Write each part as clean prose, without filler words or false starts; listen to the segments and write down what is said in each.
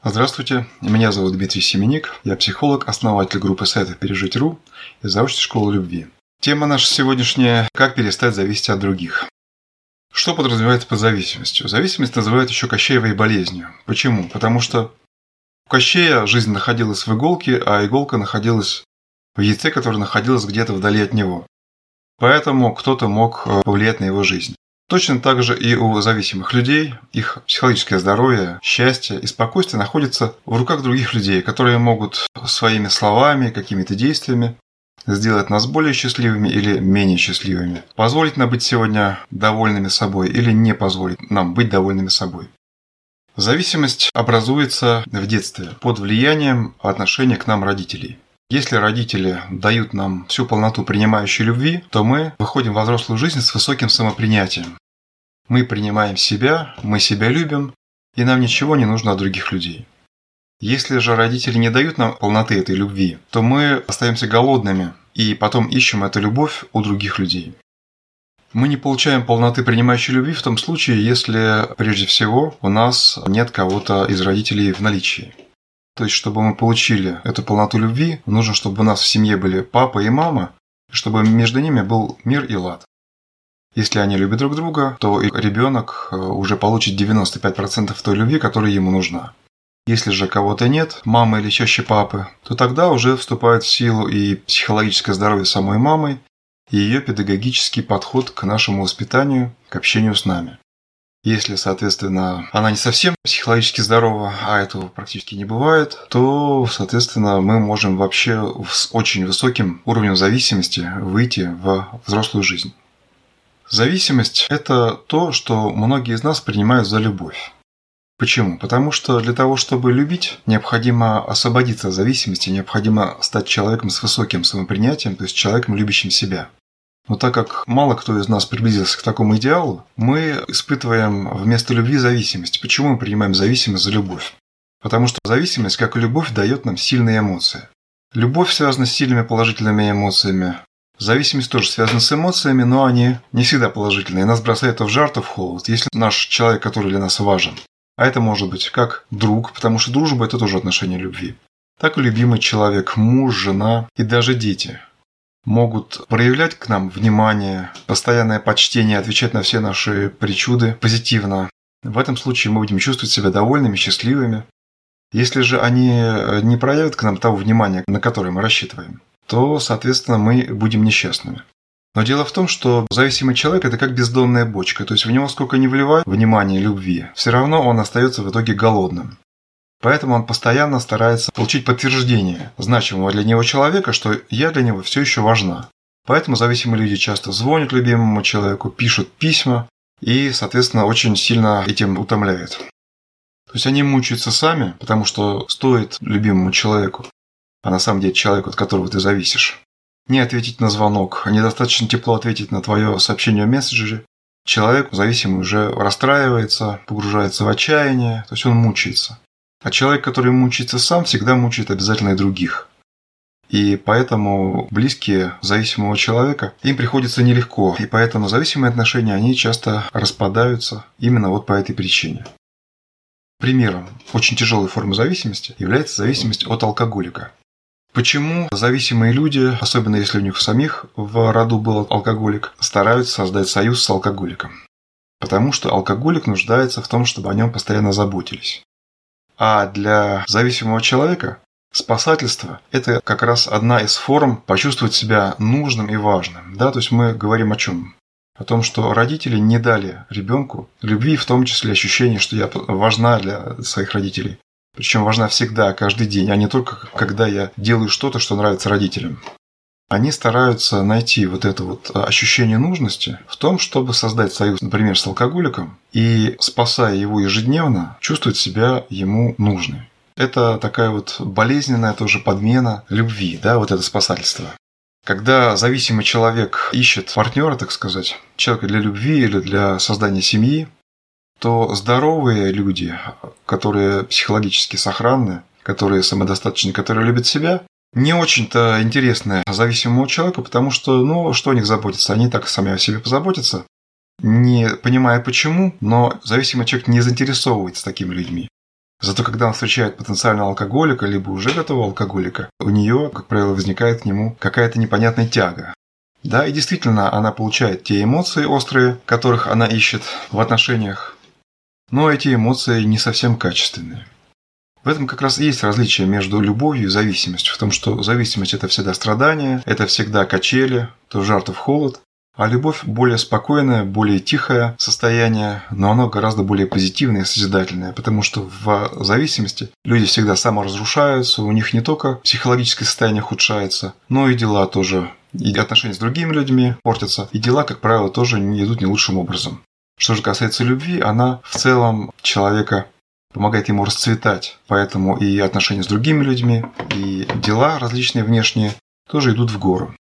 Здравствуйте, меня зовут Дмитрий Семеник, я психолог, основатель группы сайтов «Пережить.ру» и заочной школы любви. Тема наша сегодняшняя – «Как перестать зависеть от других». Что подразумевается под зависимостью? Зависимость называют еще Кощеевой болезнью. Почему? Потому что у Кощея жизнь находилась в иголке, а иголка находилась в яйце, которое находилось где-то вдали от него. Поэтому кто-то мог повлиять на его жизнь. Точно так же и у зависимых людей, их психологическое здоровье, счастье и спокойствие находятся в руках других людей, которые могут своими словами, какими-то действиями сделать нас более счастливыми или менее счастливыми, позволить нам быть сегодня довольными собой или не позволить нам быть довольными собой. Зависимость образуется в детстве под влиянием отношения к нам родителей. Если родители дают нам всю полноту принимающей любви, то мы выходим во взрослую жизнь с высоким самопринятием. Мы принимаем себя, мы себя любим, и нам ничего не нужно от других людей. Если же родители не дают нам полноты этой любви, то мы остаемся голодными и потом ищем эту любовь у других людей. Мы не получаем полноты принимающей любви в том случае, если, прежде всего, у нас нет кого-то из родителей в наличии. То есть, чтобы мы получили эту полноту любви, нужно, чтобы у нас в семье были папа и мама, и чтобы между ними был мир и лад. Если они любят друг друга, то и ребенок уже получит 95% той любви, которая ему нужна. Если же кого-то нет, мамы или чаще папы, то тогда уже вступает в силу и психологическое здоровье самой мамы, и ее педагогический подход к нашему воспитанию, к общению с нами. Если, соответственно, она не совсем психологически здорова, а этого практически не бывает, то, соответственно, мы можем вообще с очень высоким уровнем зависимости выйти в взрослую жизнь. Зависимость – это то, что многие из нас принимают за любовь. Почему? Потому что для того, чтобы любить, необходимо освободиться от зависимости, необходимо стать человеком с высоким самопринятием, то есть человеком, любящим себя. Но так как мало кто из нас приблизился к такому идеалу, мы испытываем вместо любви зависимость. Почему мы принимаем зависимость за любовь? Потому что зависимость, как и любовь, дает нам сильные эмоции. Любовь связана с сильными положительными эмоциями. Зависимость тоже связана с эмоциями, но они не всегда положительные. Нас бросает то в жар, то в холод. Если наш человек, который для нас важен, а это может быть как друг, потому что дружба – это тоже отношение любви, так и любимый человек, муж, жена и даже дети могут проявлять к нам внимание, постоянное почтение, отвечать на все наши причуды позитивно. В этом случае мы будем чувствовать себя довольными, счастливыми. Если же они не проявят к нам того внимания, на которое мы рассчитываем, то, соответственно, мы будем несчастными. Но дело в том, что зависимый человек – это как бездонная бочка, то есть в него сколько ни вливай внимания и любви, все равно он остается в итоге голодным. Поэтому он постоянно старается получить подтверждение значимого для него человека, что я для него все еще важна. Поэтому зависимые люди часто звонят любимому человеку, пишут письма и, соответственно, очень сильно этим утомляют. То есть они мучаются сами, потому что стоит любимому человеку, а на самом деле человеку, от которого ты зависишь, не ответить на звонок, недостаточно тепло ответить на твое сообщение в мессенджере, человек зависимый уже расстраивается, погружается в отчаяние, то есть он мучается. А человек, который мучается сам, всегда мучает обязательно и других. И поэтому близкие зависимого человека, им приходится нелегко. И поэтому зависимые отношения, они часто распадаются именно вот по этой причине. Примером очень тяжелой формы зависимости является зависимость от алкоголика. Почему зависимые люди, особенно если у них самих в роду был алкоголик, стараются создать союз с алкоголиком? Потому что алкоголик нуждается в том, чтобы о нем постоянно заботились. А для зависимого человека спасательство – это как раз одна из форм почувствовать себя нужным и важным. Да? То есть мы говорим о чем? О том, что родители не дали ребенку любви, в том числе ощущение, что я важна для своих родителей. Причем важна всегда, каждый день, а не только когда я делаю что-то, что нравится родителям. Они стараются найти вот это вот ощущение нужности в том, чтобы создать союз, например, с алкоголиком, и, спасая его ежедневно, чувствовать себя ему нужной. Это такая вот болезненная тоже подмена любви, да, вот это спасательство. Когда зависимый человек ищет партнера, так сказать, человека для любви или для создания семьи, то здоровые люди, которые психологически сохранны, которые самодостаточны, которые любят себя, не очень-то интересны зависимому человеку, потому что, что о них заботиться? Они так сами о себе позаботятся, не понимая почему, но зависимый человек не заинтересовывается такими людьми. Зато когда она встречает потенциального алкоголика, либо уже готового алкоголика, у нее, как правило, возникает к нему какая-то непонятная тяга. Да, и действительно, она получает те эмоции острые, которых она ищет в отношениях, но эти эмоции не совсем качественные. В этом как раз и есть различие между любовью и зависимостью, в том, что зависимость – это всегда страдание, это всегда качели, то в жар, то в холод, а любовь более спокойное, более тихое состояние, но оно гораздо более позитивное и созидательное, потому что в зависимости люди всегда саморазрушаются, у них не только психологическое состояние ухудшается, но и дела тоже, и отношения с другими людьми портятся, и дела, как правило, тоже не идут не лучшим образом. Что же касается любви, она в целом человека помогает ему расцветать, поэтому и отношения с другими людьми, и дела различные внешние тоже идут в гору.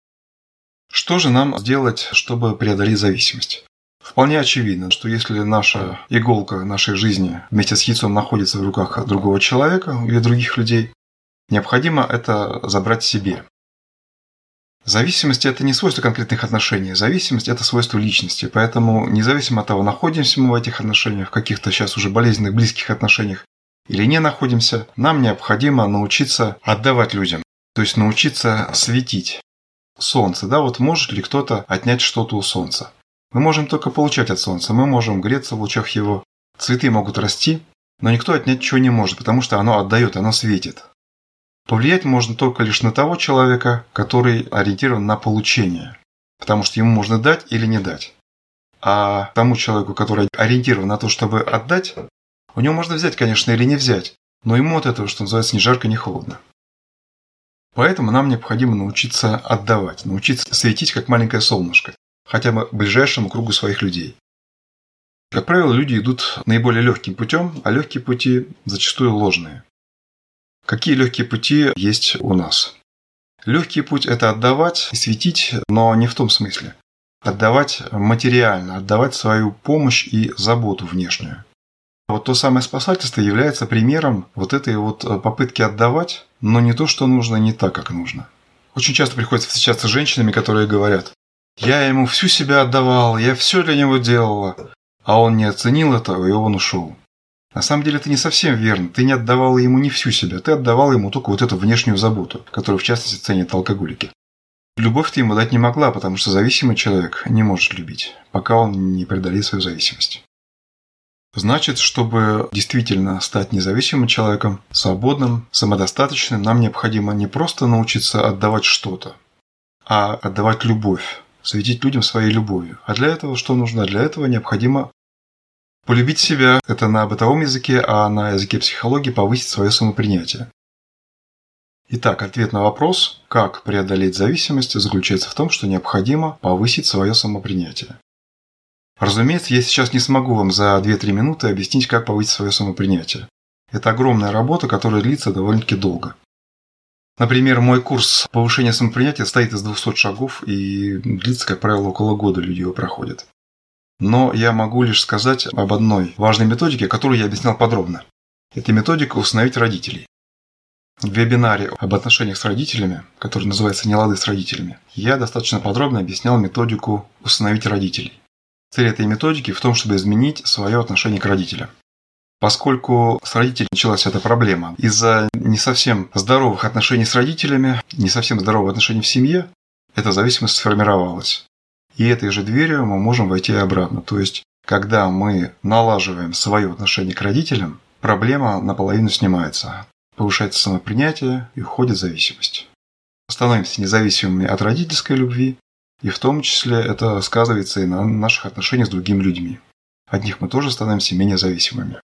Что же нам сделать, чтобы преодолеть зависимость? Вполне очевидно, что если наша иголка нашей жизни вместе с яйцом находится в руках другого человека или других людей, необходимо это забрать себе. Зависимость – это не свойство конкретных отношений, зависимость – это свойство личности, поэтому независимо от того, находимся мы в этих отношениях, в каких-то сейчас уже болезненных близких отношениях или не находимся, нам необходимо научиться отдавать людям, то есть научиться светить. Солнце, да, вот может ли кто-то отнять что-то у солнца? Мы можем только получать от солнца, мы можем греться в лучах его, цветы могут расти, но никто отнять ничего не может, потому что оно отдает, оно светит. Повлиять можно только лишь на того человека, который ориентирован на получение, потому что ему можно дать или не дать. А тому человеку, который ориентирован на то, чтобы отдать, у него можно взять, конечно, или не взять, но ему от этого, что называется, ни жарко, ни холодно. Поэтому нам необходимо научиться отдавать, научиться светить, как маленькое солнышко, хотя бы ближайшему кругу своих людей. Как правило, люди идут наиболее легким путем, а легкие пути зачастую ложные. Какие легкие пути есть у нас? Легкий путь – это отдавать и светить, но не в том смысле. Отдавать материально, отдавать свою помощь и заботу внешнюю. Вот то самое спасательство является примером вот этой вот попытки отдавать, но не то, что нужно, не так, как нужно. Очень часто приходится встречаться с женщинами, которые говорят: «Я ему всю себя отдавал, я все для него делала», а он не оценил этого, и он ушел. На самом деле это не совсем верно. Ты не отдавала ему не всю себя, ты отдавала ему только вот эту внешнюю заботу, которую в частности ценят алкоголики. Любовь ты ему дать не могла, потому что зависимый человек не может любить, пока он не преодолеет свою зависимость. Значит, чтобы действительно стать независимым человеком, свободным, самодостаточным, нам необходимо не просто научиться отдавать что-то, а отдавать любовь, светить людям своей любовью. А для этого что нужно? Для этого необходимо полюбить себя. Это на бытовом языке, а на языке психологии повысить свое самопринятие. Итак, ответ на вопрос, как преодолеть зависимость, заключается в том, что необходимо повысить свое самопринятие. Разумеется, я сейчас не смогу вам за 2-3 минуты объяснить, как повысить свое самопринятие. Это огромная работа, которая длится довольно-таки долго. Например, мой курс повышения самопринятия состоит из 200 шагов и длится, как правило, около года люди его проходят. Но я могу лишь сказать об одной важной методике, которую я объяснял подробно. Это методика «Усыновить родителей». В вебинаре об отношениях с родителями, который называется «Не лады с родителями», я достаточно подробно объяснял методику «Усыновить родителей». Цель этой методики в том, чтобы изменить свое отношение к родителям. Поскольку с родителями началась эта проблема, из-за не совсем здоровых отношений с родителями, не совсем здоровых отношений в семье, эта зависимость сформировалась. И этой же дверью мы можем войти обратно. То есть, когда мы налаживаем свое отношение к родителям, проблема наполовину снимается. Повышается самопринятие и уходит зависимость. Становимся независимыми от родительской любви, и в том числе это сказывается и на наших отношениях с другими людьми. От них мы тоже становимся менее зависимыми.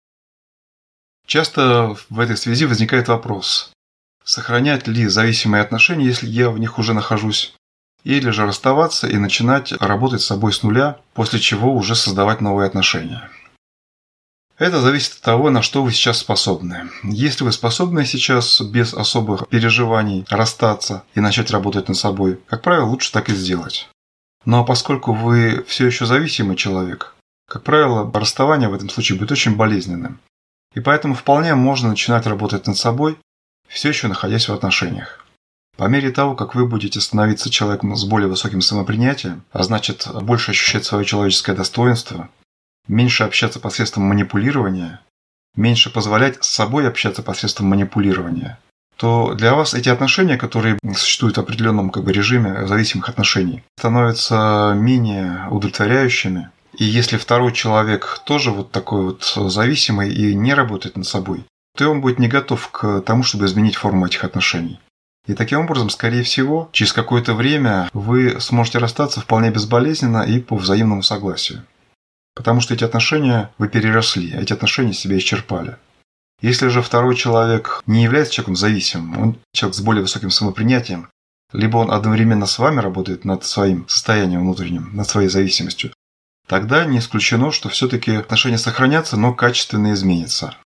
Часто в этой связи возникает вопрос, сохранять ли зависимые отношения, если я в них уже нахожусь, или же расставаться и начинать работать с собой с нуля, после чего уже создавать новые отношения. Это зависит от того, на что вы сейчас способны. Если вы способны сейчас без особых переживаний расстаться и начать работать над собой, как правило, лучше так и сделать. Но поскольку вы все еще зависимый человек, как правило, расставание в этом случае будет очень болезненным. И поэтому вполне можно начинать работать над собой, все еще находясь в отношениях. По мере того, как вы будете становиться человеком с более высоким самопринятием, а значит больше ощущать свое человеческое достоинство, меньше общаться посредством манипулирования, меньше позволять с собой общаться посредством манипулирования, то для вас эти отношения, которые существуют в определенном режиме зависимых отношений, становятся менее удовлетворяющими. И если второй человек тоже такой зависимый и не работает над собой, то он будет не готов к тому, чтобы изменить форму этих отношений. И таким образом, скорее всего, через какое-то время вы сможете расстаться вполне безболезненно и по взаимному согласию. Потому что эти отношения вы переросли, эти отношения себя исчерпали. Если же второй человек не является человеком зависимым, он человек с более высоким самопринятием, либо он одновременно с вами работает над своим состоянием внутренним, над своей зависимостью, тогда не исключено, что все-таки отношения сохранятся, но качественно изменятся.